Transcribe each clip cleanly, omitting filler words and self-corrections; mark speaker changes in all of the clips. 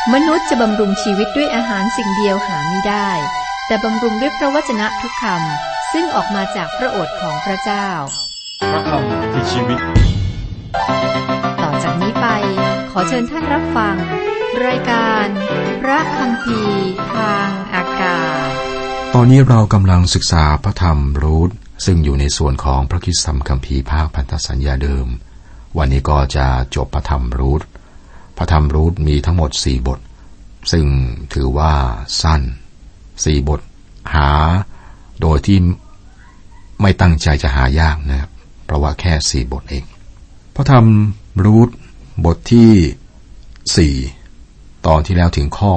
Speaker 1: มนุษย์จะบำรุงชีวิตด้วยอาหารสิ่งเดียวหาไม่ได้แต่บำรุงด้วยพระวจนะทุกคำซึ่งออกมาจากพระโอษฐ์ของพระเจ้า
Speaker 2: พระคำคือชีวิต
Speaker 1: ต่อจากนี้ไปขอเชิญท่านรับฟังรายการพระคัมภีร์ทางอากาศ
Speaker 3: ตอนนี้เรากำลังศึกษาพระธรรมรูทซึ่งอยู่ในส่วนของพระคริสตธรรมคัมภีร์ภาคพันธสัญญาเดิมวันนี้ก็จะจบพระธรรมรูทพระธรรมรูทมีทั้งหมด4บทซึ่งถือว่าสั้น4บทหาโดยที่ไม่ตั้งใจจะหายากนะครับเพราะว่าแค่4บทเองพระธรรมรูทบทที่4ตอนที่แล้วถึงข้อ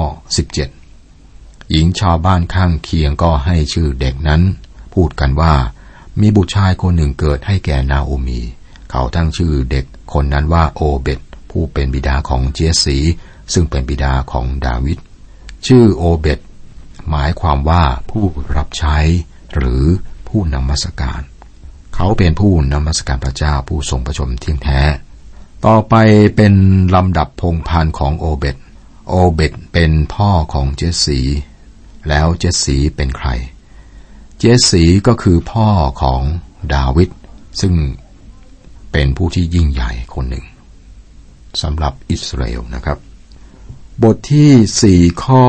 Speaker 3: 17หญิงชาวบ้านข้างเคียงก็ให้ชื่อเด็กนั้นพูดกันว่ามีบุตรชายคนหนึ่งเกิดให้แก่นาโอมีเขาตั้งชื่อเด็กคนนั้นว่าโอเบตผู้เป็นบิดาของเจสซีซึ่งเป็นบิดาของดาวิดชื่อโอเบตหมายความว่าผู้รับใช้หรือผู้นมัสการเขาเป็นผู้นมัสการพระเจ้าผู้ทรงพระชนม์เที่ยงแท้ต่อไปเป็นลำดับพงศ์พันธุ์ของโอเบตเป็นพ่อของเจสซีแล้วเจสซีเป็นใครเจสซีก็คือพ่อของดาวิดซึ่งเป็นผู้ที่ยิ่งใหญ่คนหนึ่งสำหรับอิสราเอลนะครับบทที่4ข้อ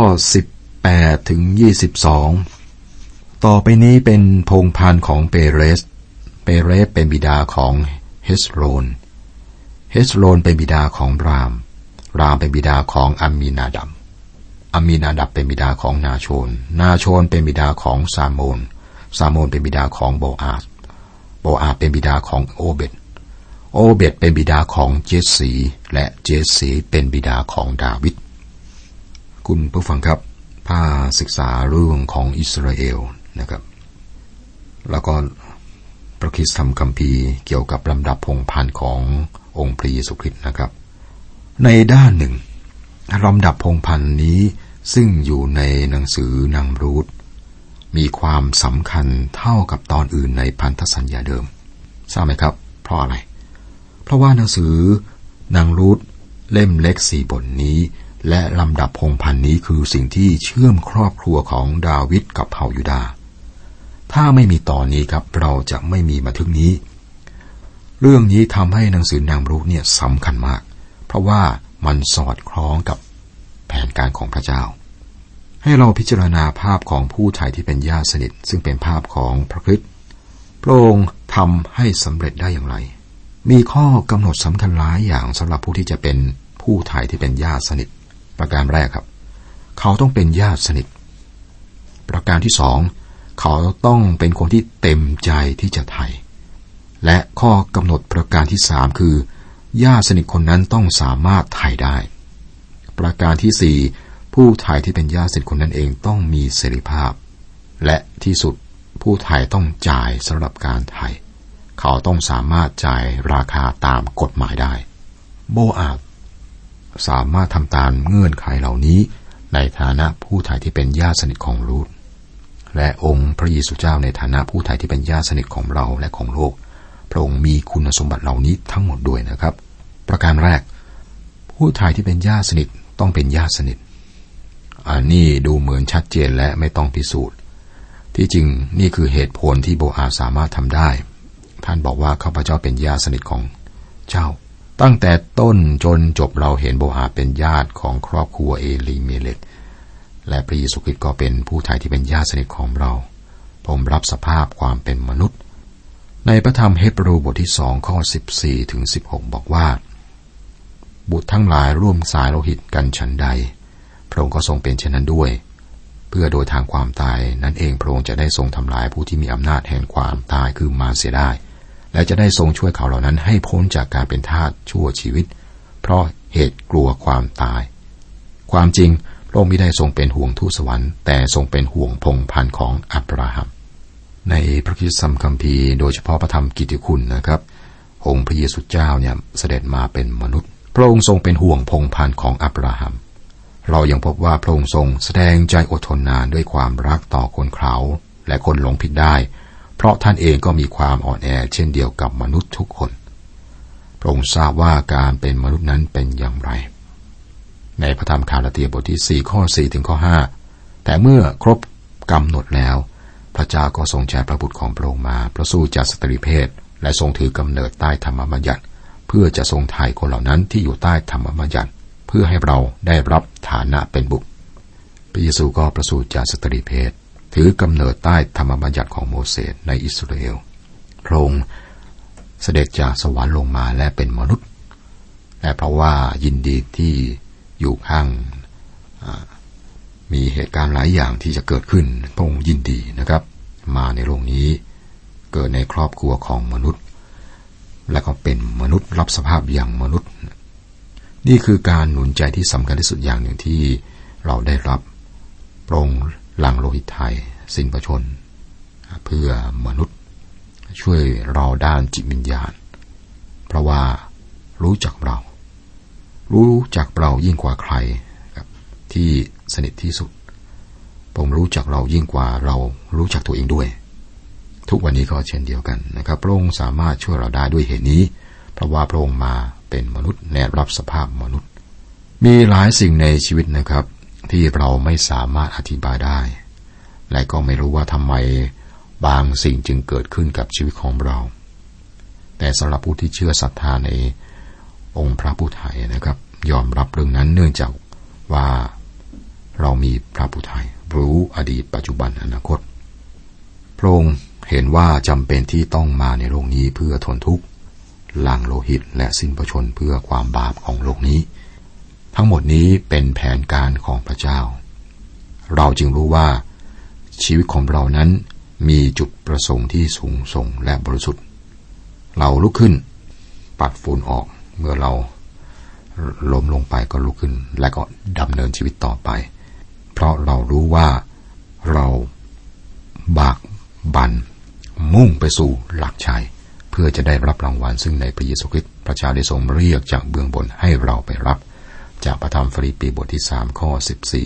Speaker 3: 18ถึง22ต่อไปนี้เป็นพงศ์พันธุ์ของเปเรสเป็นบิดาของเฮสโรนเป็นบิดาของรามเป็นบิดาของอามีนาดับเป็นบิดาของนาโชนเป็นบิดาของซาโมนเป็นบิดาของโบอาสเป็นบิดาของโอเบตเป็นบิดาของเจสซีและเจสซีเป็นบิดาของดาวิดคุณผู้ฟังครับพาศึกษาเรื่องของอิสราเอลนะครับแล้วก็พระคริสตธรรมคัมภีร์เกี่ยวกับลำดับพงศ์พันธุ์ขององค์พระเยซูคริสต์นะครับในด้านหนึ่งลำดับพงศ์พันธุ์นี้ซึ่งอยู่ในหนังสือนางรูธมีความสำคัญเท่ากับตอนอื่นในพันธสัญญาเดิมทราบไหมครับเพราะอะไรเพราะว่าหนังสือนางรูธเล่มเล็ก4บทนี้และลำดับพงศ์พันธุ์นี้คือสิ่งที่เชื่อมครอบครัวของดาวิดกับเผ่ายูดาห์ถ้าไม่มีตอนนี้ครับเราจะไม่มีบันทึกนี้เรื่องนี้ทำให้หนังสือนางรูธเนี่ยสำคัญมากเพราะว่ามันสอดคล้องกับแผนการของพระเจ้าให้เราพิจารณาภาพของผู้ไถ่ที่เป็นญาติสนิทซึ่งเป็นภาพของพระคริสต์พระองค์ทำให้สำเร็จได้อย่างไรมีข้อกำหนดสำคัญหลายอย่างสำหรับผู้ที่จะเป็นผู้ไถ่ที่เป็นญาติสนิทประการแรกครับเขาต้องเป็นญาติสนิทประการที่2เขาต้องเป็นคนที่เต็มใจที่จะไถ่และข้อกำหนดประการที่3คือญาติสนิทคนนั้นต้องสามารถไถ่ได้ประการที่4ผู้ไถ่ที่เป็นญาติสนิทคนนั้นเองต้องมีเสรีภาพและที่สุดผู้ไถ่ต้องจ่ายสำหรับการไถ่เขาต้องสามารถจ่ายราคาตามกฎหมายได้โบอาสสามารถทำตามเงื่อนไขเหล่านี้ในฐานะผู้ไถ่ที่เป็นญาติสนิทของรูธและองค์พระเยซูเจ้าในฐานะผู้ไถ่ที่เป็นญาติสนิทของเราและของโลกพระองค์มีคุณสมบัติเหล่านี้ทั้งหมดด้วยนะครับประการแรกผู้ไถ่ที่เป็นญาติสนิทต้องเป็นญาติสนิทอันนี้ดูเหมือนชัดเจนและไม่ต้องพิสูจน์ที่จริงนี่คือเหตุผลที่โบอาสสามารถทำได้ท่านบอกว่าข้าพเจ้าเป็นญาติสนิทของเจ้าตั้งแต่ต้นจนจบเราเห็นโบอาสเป็นญาติของครอบครัวเอลีเมเลคและพระเยซูคริสต์ก็เป็นผู้ไถ่ที่เป็นญาติสนิทของเราผมรับสภาพความเป็นมนุษย์ในพระธรรมเฮบรูบทที่2ข้อ14ถึง16บอกว่าบุตรทั้งหลายร่วมสายโลหิตกันฉันใดพระองค์ก็ทรงเป็นเช่นนั้นด้วยเพื่อโดยทางความตายนั้นเองพระองค์จะได้ทรงทำลายผู้ที่มีอำนาจแห่งความตายคือมารเสียได้และจะได้ทรงช่วยเขาเหล่านั้นให้พ้นจากการเป็นทาสชั่วชีวิตเพราะเหตุกลัวความตายความจริงพระองค์ไม่ได้ทรงเป็นห่วงทูตสวรรค์แต่ทรงเป็นห่วงพงศ์พันธุ์ของอับราฮัมในพระคริสตธรรมคัมภีร์โดยเฉพาะพระธรรมกิตติคุณนะครับองค์พระเยซูเจ้าเนี่ยเสด็จมาเป็นมนุษย์พระองค์ทรงเป็นห่วงพงศ์พันธุ์ของอับราฮัมเรายังพบว่าพระองค์ทรงแสดงใจอดทนนานด้วยความรักต่อคนเขาและคนหลงผิดได้เพราะท่านเองก็มีความอ่อนแอเช่นเดียวกับมนุษย์ทุกคนพระองค์ทราบว่าการเป็นมนุษย์นั้นเป็นอย่างไรในพระธรรมกาลาเตียบทที่4ข้อ4ถึงข้อ5แต่เมื่อครบกำหนดแล้วพระเจ้าก็ทรงใจพระบุตรของพระองค์มาประสูติจากสตรีเพศและทรงถือกำเนิดใต้ธรรมบัญญัติเพื่อจะทรงไถ่คนเหล่านั้นที่อยู่ใต้ธรรมบัญญัติเพื่อให้เราได้รับฐานะเป็นบุตรพระเยซูก็ประสูติจากสตรีเพศถือกำเนิดใต้ธรรมบัญญัติของโมเสสในอิสราเอลพระองค์เสด็จจากสวรรค์ลงมาและเป็นมนุษย์และเพราะว่ายินดีที่อยู่ข้างมีเหตุการณ์หลายอย่างที่จะเกิดขึ้นพระองค์ยินดีนะครับมาในโลกนี้เกิดในครอบครัวของมนุษย์และก็เป็นมนุษย์รับสภาพอย่างมนุษย์นี่คือการหนุนใจที่สำคัญที่สุดอย่างหนึ่งที่เราได้รับพระองค์หลั่งโลหิตไถ่สิ้นพระชนม์เพื่อมนุษย์ช่วยเราด้านจิตวิญญาณเพราะว่ารู้จักเรายิ่งกว่าใครที่สนิทที่สุดพระองค์รู้จักเรายิ่งกว่าเรารู้จักตัวเองด้วยทุกวันนี้ก็เช่นเดียวกันนะครับพระองค์สามารถช่วยเราได้ด้วยเหตุนี้เพราะว่าพระองค์มาเป็นมนุษย์แนบรับสภาพมนุษย์มีหลายสิ่งในชีวิตนะครับที่เราไม่สามารถอธิบายได้และก็ไม่รู้ว่าทำไมบางสิ่งจึงเกิดขึ้นกับชีวิตของเราแต่สำหรับผู้ที่เชื่อศรัทธาในองค์พระผู้ไถ่นะครับยอมรับเรื่องนั้นเนื่องจากว่าเรามีพระผู้ไถ่รู้อดีตปัจจุบันอนาคตพระองค์เห็นว่าจำเป็นที่ต้องมาในโลกนี้เพื่อทนทุกข์หลั่งโลหิตและสิ้นพระชนม์เพื่อความบาปของโลกนี้ทั้งหมดนี้เป็นแผนการของพระเจ้าเราจึงรู้ว่าชีวิตของเรานั้นมีจุดประสงค์ที่สูงส่งและบริสุทธิ์เราลุกขึ้นปัดฝุ่นออกเมื่อเราล้มลงไปก็ลุกขึ้นและก็ดำเนินชีวิตต่อไปเพราะเรารู้ว่าเราบากบั่นมุ่งไปสู่หลักชัยเพื่อจะได้รับรางวัลซึ่งในพระเยซูคริสต์พระเจ้าได้ทรงเรียกจากเบื้องบนให้เราไปรับจากพระธรรมฟิลิปปีบทที่3ข้อ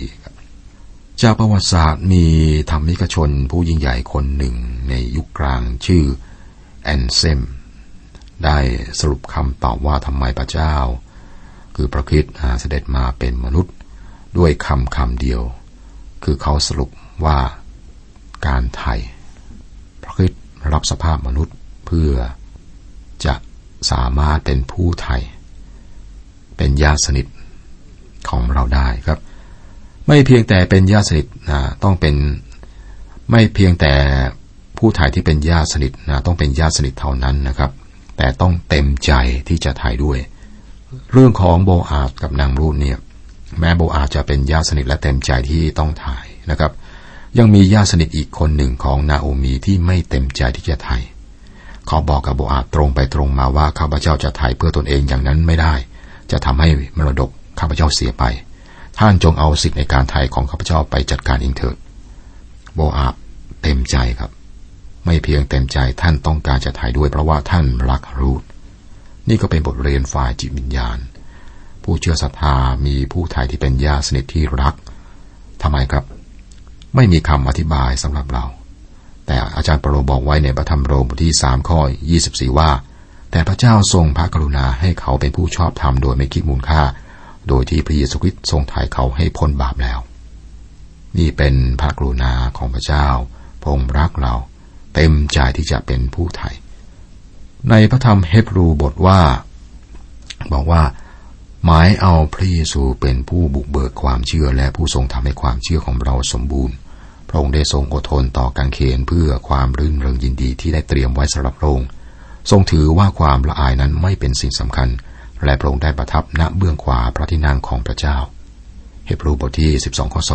Speaker 3: 14จากประวัติศาสตร์มีธรรมิกชนผู้ยิ่งใหญ่คนหนึ่งในยุคกลางชื่อแอนเซมได้สรุปคำตอบว่าทำไมพระเจ้าคือพระคริสต์เสด็จมาเป็นมนุษย์ด้วยคำเดียวคือเขาสรุปว่าการไถ่พระคริสต์รับสภาพมนุษย์เพื่อจะสามารถเป็นผู้ไถ่เป็นญาติสนิทของเราได้ครับไม่เพียงแต่เป็นญาติสนิทต้องเป็นไม่เพียงแต่ผู้ไถ่ที่เป็นญาติสนิทต้องเป็นญาติสนิทเท่านั้นนะครับแต่ต้องเต็มใจที่จะไถ่ด้วยเรื่องของโบอาซกับนางรูธเนี่ยแม้โบอาซจะเป็นญาติสนิทและเต็มใจที่ต้องไถ่นะครับยังมีญาติสนิทอีกคนหนึ่งของนาโอมีที่ไม่เต็มใจที่จะไถ่เขาบอกกับโบอาซตรงไปตรงมาว่าข้าพเจ้าจะไถ่เพื่อตนเองอย่างนั้นไม่ได้จะทำให้มรดกข้าพเจ้าเสียไปท่านจงเอาสิทธิในการไถ่ของข้าพเจ้าไปจัดการเองเถิดโบอาซเต็มใจครับไม่เพียงเต็มใจท่านต้องการจะไถ่ด้วยเพราะว่าท่านรักรูธนี่ก็เป็นบทเรียนฝ่ายจิตวิญญาณผู้เชื่อศรัทธามีผู้ไถ่ที่เป็นญาติสนิทที่รักทำไมครับไม่มีคำอธิบายสำหรับเราแต่อาจารย์เปโตรบอกไว้ในพระธรรมโรมบทที่3ข้อ24ว่าแต่พระเจ้าทรงพระกรุณาให้เขาเป็นผู้ชอบธรรมโดยไม่คิดมูลค่าโดยที่พระเยซูคริสต์ทรงไถ่เขาให้พ้นบาปแล้วนี่เป็นพระกรุณาของพระเจ้าพระองค์รักเราเต็มใจที่จะเป็นผู้ไถ่ในพระธรรมเฮบรูบทว่าบอกว่าหมายเอาพระเยซูเป็นผู้บุกเบิกความเชื่อและผู้ทรงทำให้ความเชื่อของเราสมบูรณ์พระองค์ได้ทรงอดทนต่อกางเขนเพื่อความรื่นเริงยินดีที่ได้เตรียมไว้สำหรับพระองค์ทรงถือว่าความละอายนั้นไม่เป็นสิ่งสำคัญและพระองค์ได้ประทับณเบื้องขวาพระที่นั่งของพระเจ้าเฮบรูบทที่12ข้อ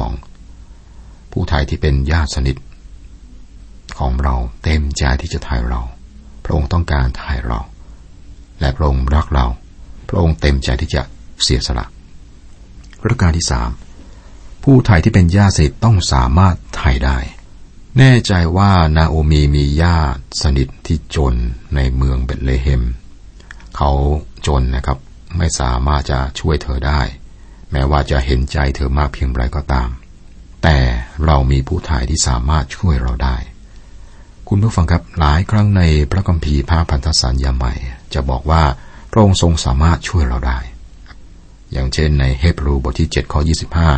Speaker 3: 2ผู้ไถ่ที่เป็นญาติสนิทของเราเต็มใจที่จะไถ่เราพระองค์ต้องการไถ่เราและพระองค์รักเราพระองค์เต็มใจที่จะเสียสละประการที่3ผู้ไถ่ที่เป็นญาติสนิทต้องสามารถไถ่ได้แน่ใจว่านาโอมีมีญาติสนิทที่จนในเมืองเบธเลเฮมเขาจนนะครับไม่สามารถจะช่วยเธอได้แม้ว่าจะเห็นใจเธอมากเพียงไรก็ตามแต่เรามีผู้ไถ่ที่สามารถช่วยเราได้คุณผู้ฟังครับหลายครั้งในพระคัมภีร์พระพันธสัญญาใหม่จะบอกว่าพระองค์ทรงสามารถช่วยเราได้อย่างเช่นในเฮบรูบทที่7ข้อ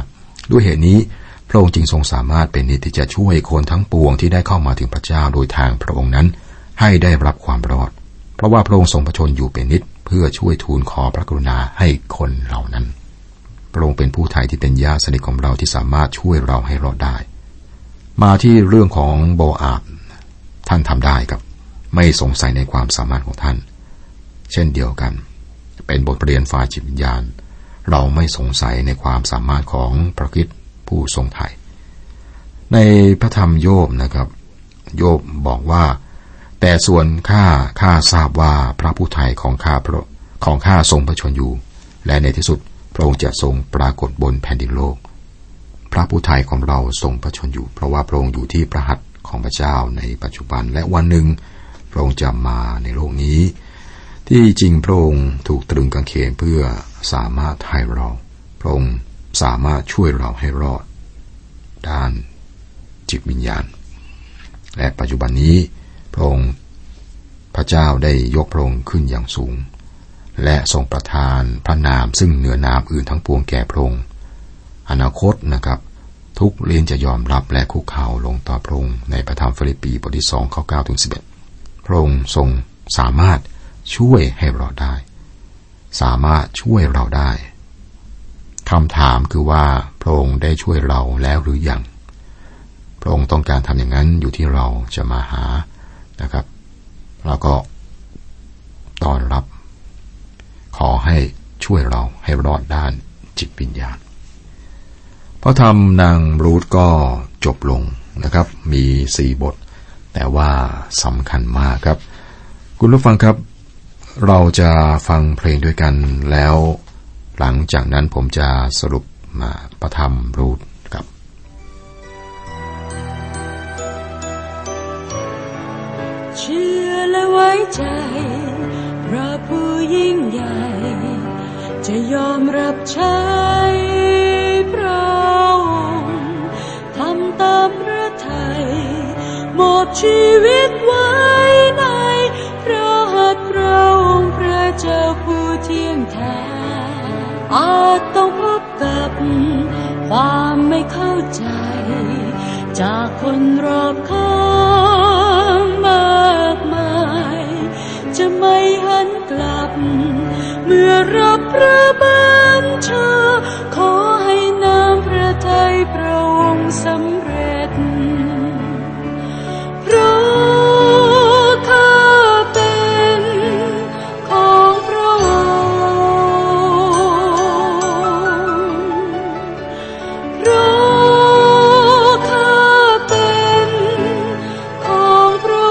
Speaker 3: 25ด้วยเหตุนี้พระองค์จึงทรงสามารถเป็นนิจที่จะช่วยคนทั้งปวงที่ได้เข้ามาถึงพระเจ้าโดยทางพระองค์นั้นให้ได้รับความรอดเพราะว่าพระองค์ทรงพระชนอยู่เป็นนิจเพื่อช่วยทูลขอพระกรุณาให้คนเหล่านั้นพระองค์เป็นผู้ไถ่ที่เป็นญาติสนิทของเราที่สามารถช่วยเราให้รอดได้มาที่เรื่องของโบอาบท่านทำได้ครับไม่สงสัยในความสามารถของท่านเช่นเดียวกันเป็นบทเรียนฝ่ายจิตวิญญาณเราไม่สงสัยในความสามารถของพระคริสต์ผู้ทรงไถ่ในพระธรรมโยบนะครับโยบบอกว่าแต่ส่วนข้าทราบว่าพระผู้ไถ่ของข้าทรงพระชนอยู่และในที่สุดพระองค์จะทรงปรากฏบนแผ่นดินโลกพระผู้ไถ่ของเราทรงพระชนอยู่เพราะว่าพระองค์อยู่ที่พระหัตถ์ของพระเจ้าในปัจจุบันและวันหนึ่งพระองค์จะมาในโลกนี้ที่จริงพระองค์ถูกตรึงกางเขนเพื่อสามารถไถ่เราพระองค์สามารถช่วยเราให้รอดด้านจิตวิญญาณและปัจจุบันนี้พระองค์พระเจ้าได้ยกพระองค์ขึ้นอย่างสูงและทรงประทานพระนามซึ่งเหนือนามอื่นทั้งปวงแก่พระองค์อนาคตนะครับทุกเลี้ยงจะยอมรับและคุกเข่าลงต่อพระองค์ในพระธรรมฟิลิปปีบทที่2ข้อ9ถึง11พระองค์ทรงสามารถช่วยให้เราได้สามารถช่วยเราได้คำถามคือว่าพระองค์ได้ช่วยเราแล้วหรือยังพระองค์ต้องการทำอย่างนั้นอยู่ที่เราจะมาหานะครับแล้วก็ต้อนรับขอให้ช่วยเราให้รอดด้านจิตวิญญาณพระธรรมนางรูธก็จบลงนะครับมี4บทแต่ว่าสำคัญมากครับคุณผู้ฟังครับเราจะฟังเพลงด้วยกันแล้วหลังจากนั้นผมจะสรุปมาพระธรรมรูธครับ
Speaker 4: เชื่อและไว้ใจพระผู้ยิ่งใหญ่จะยอมรับใช้พระองค์ทำตามพระทัยมอบชีวิตไว้ในพระหัตถ์พระองค์พระเจ้าผู้เที่ยงแท้อาจต้องพบกับความไม่เข้าใจจากคนรอบข้างมากมายจะไม่หันกลับเมื่อรับพระบัญชาขอให้น้ำพระทัยพระองค์สำเร็จเพราะข้าเป็นของพระองค์เพราะข้าเป็นของพระ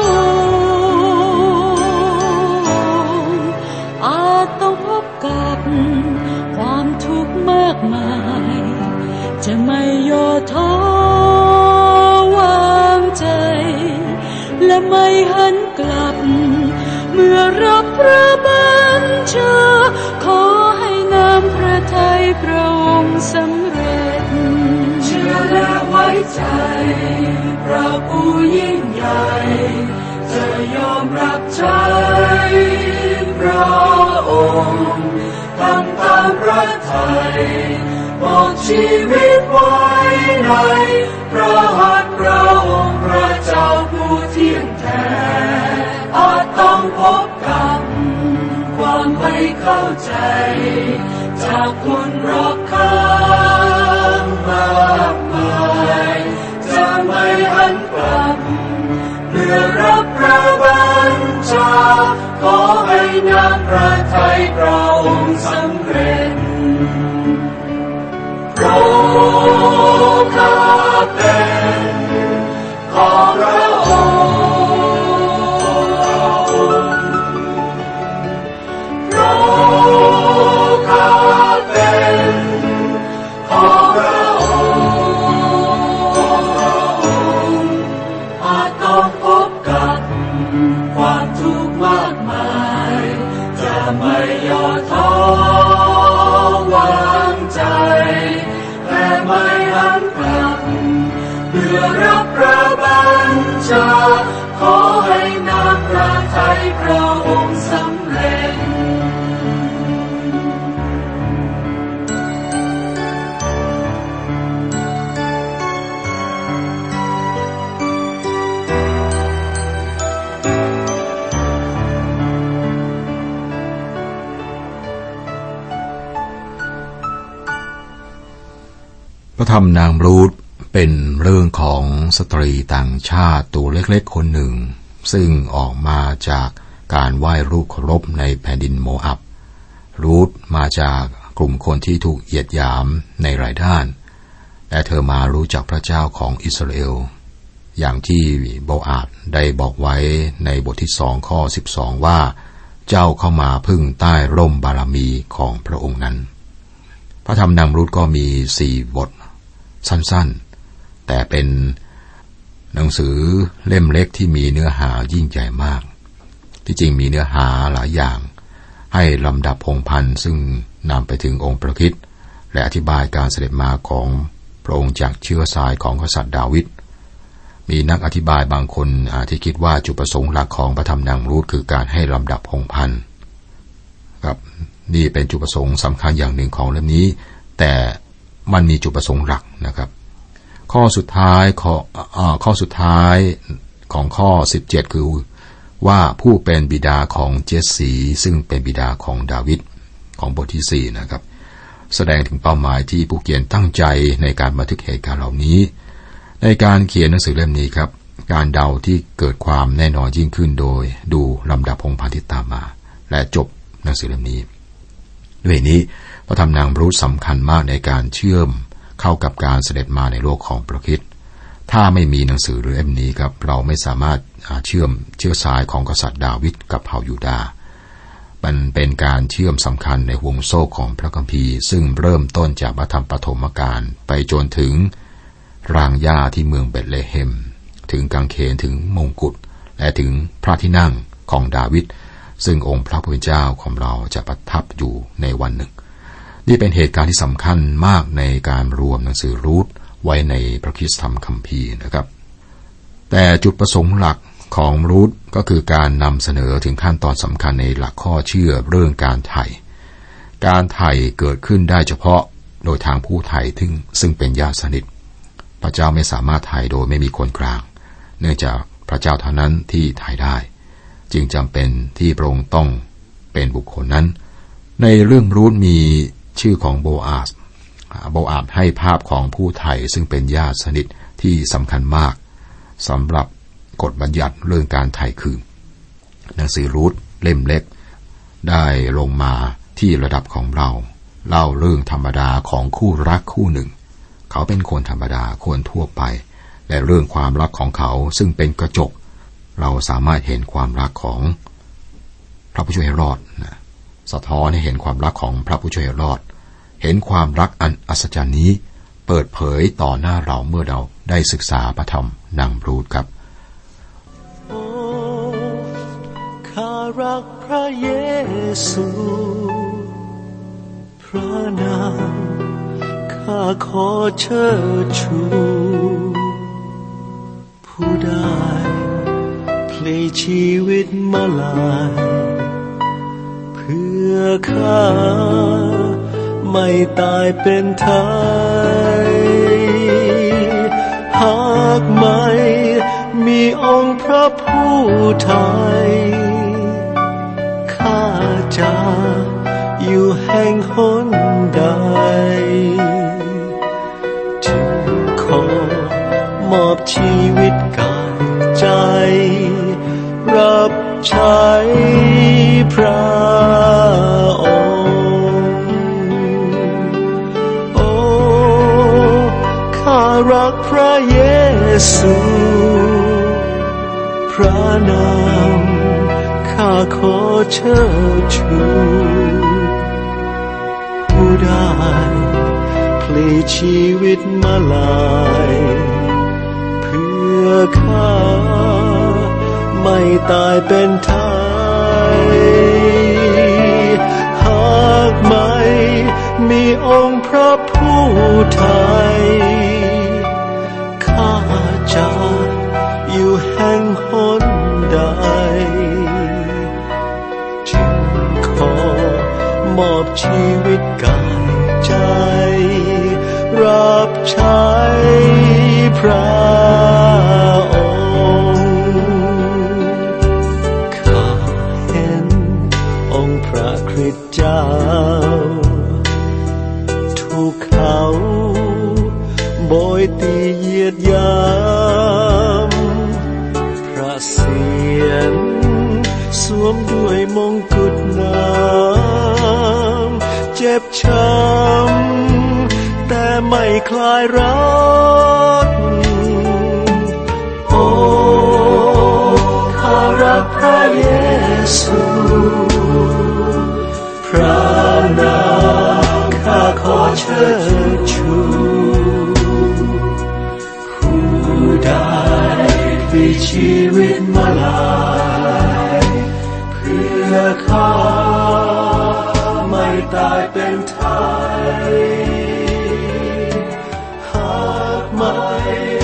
Speaker 4: องค์อาจต้องพบกับความทุกข์มากมายจะไม่ย่อท้อวางใจและไม่หันกลับเมื่อรับพระบัญชาขอให้น้ำพระทัยพระองค์สำเร็จเชื่อและไว้ใจพระผู้ยิ่งใหญ่จะยอมรับใช้พระองค์ทำตามพระทัยมอบชีวิตไว้ในพระหัตถ์พระองค์พระเจ้าผู้เที่ยงแท้อาจต้องพบกับความไม่เข้าใจจากคนรอบข้างมากมายจะไม่หันกลับเมื่อรับพระบัญชาขอให้น้ำพระทัยพระองค์สำเร็จเพราะข้าเป็นของพระองค์เพราะข้าเป็นของพระองค์อาจต้องพบกับความทุกข์มากมายจะไม่ย่อท้อ
Speaker 3: พระธรรมนางรูธเป็นเรื่องของสตรีต่างชาติตัวเล็กๆคนหนึ่งซึ่งออกมาจากการไหว้รูปเคารพในแผ่นดินโมอับรูธมาจากกลุ่มคนที่ถูกเหยียดหยามในหลายด้านและเธอมารู้จักพระเจ้าของอิสราเอลอย่างที่โบอาซได้บอกไว้ในบทที่2ข้อ12ว่าเจ้าเข้ามาพึ่งใต้ร่มบารมีของพระองค์นั้นพระธรรมนางรูธก็มี4บทสั้นๆแต่เป็นหนังสือเล่มเล็กที่มีเนื้อหายิ่งใหญ่มากที่จริงมีเนื้อหาหลายอย่างให้ลำดับพงศ์พันธ์ซึ่งนำไปถึงองค์พระคริสต์และอธิบายการเสด็จมาของพระองค์จากเชื้อสายของกษัตริย์ดาวิดมีนักอธิบายบางคนที่คิดว่าจุดประสงค์หลักของพระธรรมนางรูธคือการให้ลำดับพงศ์พันธ์ครับนี่เป็นจุดประสงค์สำคัญอย่างหนึ่งของเล่มนี้แต่มันมีจุดประสงค์หลักนะครับข้อสุดท้ายของข้อ17คือว่าผู้เป็นบิดาของเจสซีซึ่งเป็นบิดาของดาวิดของบทที่4นะครับแสดงถึงเป้าหมายที่ผู้เขียนตั้งใจในการบันทึกเหตุการณ์เหล่านี้ในการเขียนหนังสือเล่มนี้ครับการเดาที่เกิดความแน่นอนยิ่งขึ้นโดยดูลำดับพงศ์พันธ์ที่ตามมาและจบหนังสือเล่มนี้ด้วยนี้พระธรรมนางรูธสำคัญมากในการเชื่อมเข้ากับการเสด็จมาในโลกของพระคริสต์ถ้าไม่มีหนังสือเล่มนี้ครับเราไม่สามารถเชื่อมเชื้อสายของกษัตริย์ดาวิดกับเผ่ายูดาห์มันเป็นการเชื่อมสำคัญในห่วงโซ่ของพระคัมภีร์ซึ่งเริ่มต้นจากพระธรรมปฐมกาลไปจนถึงรางหญ้าที่เมืองเบธเลเฮมถึงกางเขนถึงมงกุฎและถึงพระที่นั่งของดาวิดซึ่งองค์พระผู้เป็นเจ้าของเราจะประทับอยู่ในวันหนึ่งนี่เป็นเหตุการณ์ที่สำคัญมากในการรวมหนังสือรูธไว้ในพระคริสตธรรมคัมภีร์นะครับแต่จุดประสงค์หลักของรูธก็คือการนำเสนอถึงขั้นตอนสำคัญในหลักข้อเชื่อเรื่องการไถ่เกิดขึ้นได้เฉพาะโดยทางผู้ไถ่ซึ่งเป็นญาติสนิทพระเจ้าไม่สามารถไถ่โดยไม่มีคนกลางเนื่องจากพระเจ้าเท่านั้นที่ไถ่ได้จึงจำเป็นที่พระองค์ต้องเป็นบุคคลนั้นในเรื่องรูธมีชื่อของโบอาซให้ภาพของผู้ไถ่ซึ่งเป็นญาติสนิทที่สำคัญมากสำหรับกฎบัญญัติเรื่องการไถ่คืนหนังสือรูธเล่มเล็กได้ลงมาที่ระดับของเราเล่าเรื่องธรรมดาของคู่รักคู่หนึ่งเขาเป็นคนธรรมดาคนทั่วไปและเรื่องความรักของเขาซึ่งเป็นกระจกเราสามารถเห็นความรักของพระผู้ช่วยให้รอดสะท้อนให้เห็นความรักของพระผู้ช่วยให้รอดเห็นความรักอันอัศจรรย์นี้เปิดเผยต่อหน้าเราเมื่อเราได้ศึกษาพระธรรมนางรูธครับ
Speaker 5: โอ้ข้ารักพระเยซูพระนามข้าขอเชิดชูผู้ได้พลีชีวิตมาลายเพื่อข้าไม่ตายเป็นไทยหากไม่มีองค์พระผู้ไทยข้าจะอยู่แห่งหนใดจึงขอมอบชีวิตกายใจรับใช้พระองค์โอ้ข้ารักพระเยซูพระนามข้าขอเชิดชูผู้ได้พลีชีวิตมาลายเพื่อข้าไม่ตายเป็นไทยหากไม่มีองค์พระผู้ไทยข้าจะอยู่แห่งหนใดจึงขอมอบชีวิตกายใจรับใช้พระองค์ข้าเห็นองค์พระคริสต์เจ้าถูกเขาเจ็บช้ำแต่ไม่คลายรักโอ้ข้ารักพระเยซูพระนามข้าขอเชิดชูผู้ใดพลีชีวิตมาลายเพื่อข้าไม่ตายเป็นไทยหากไม่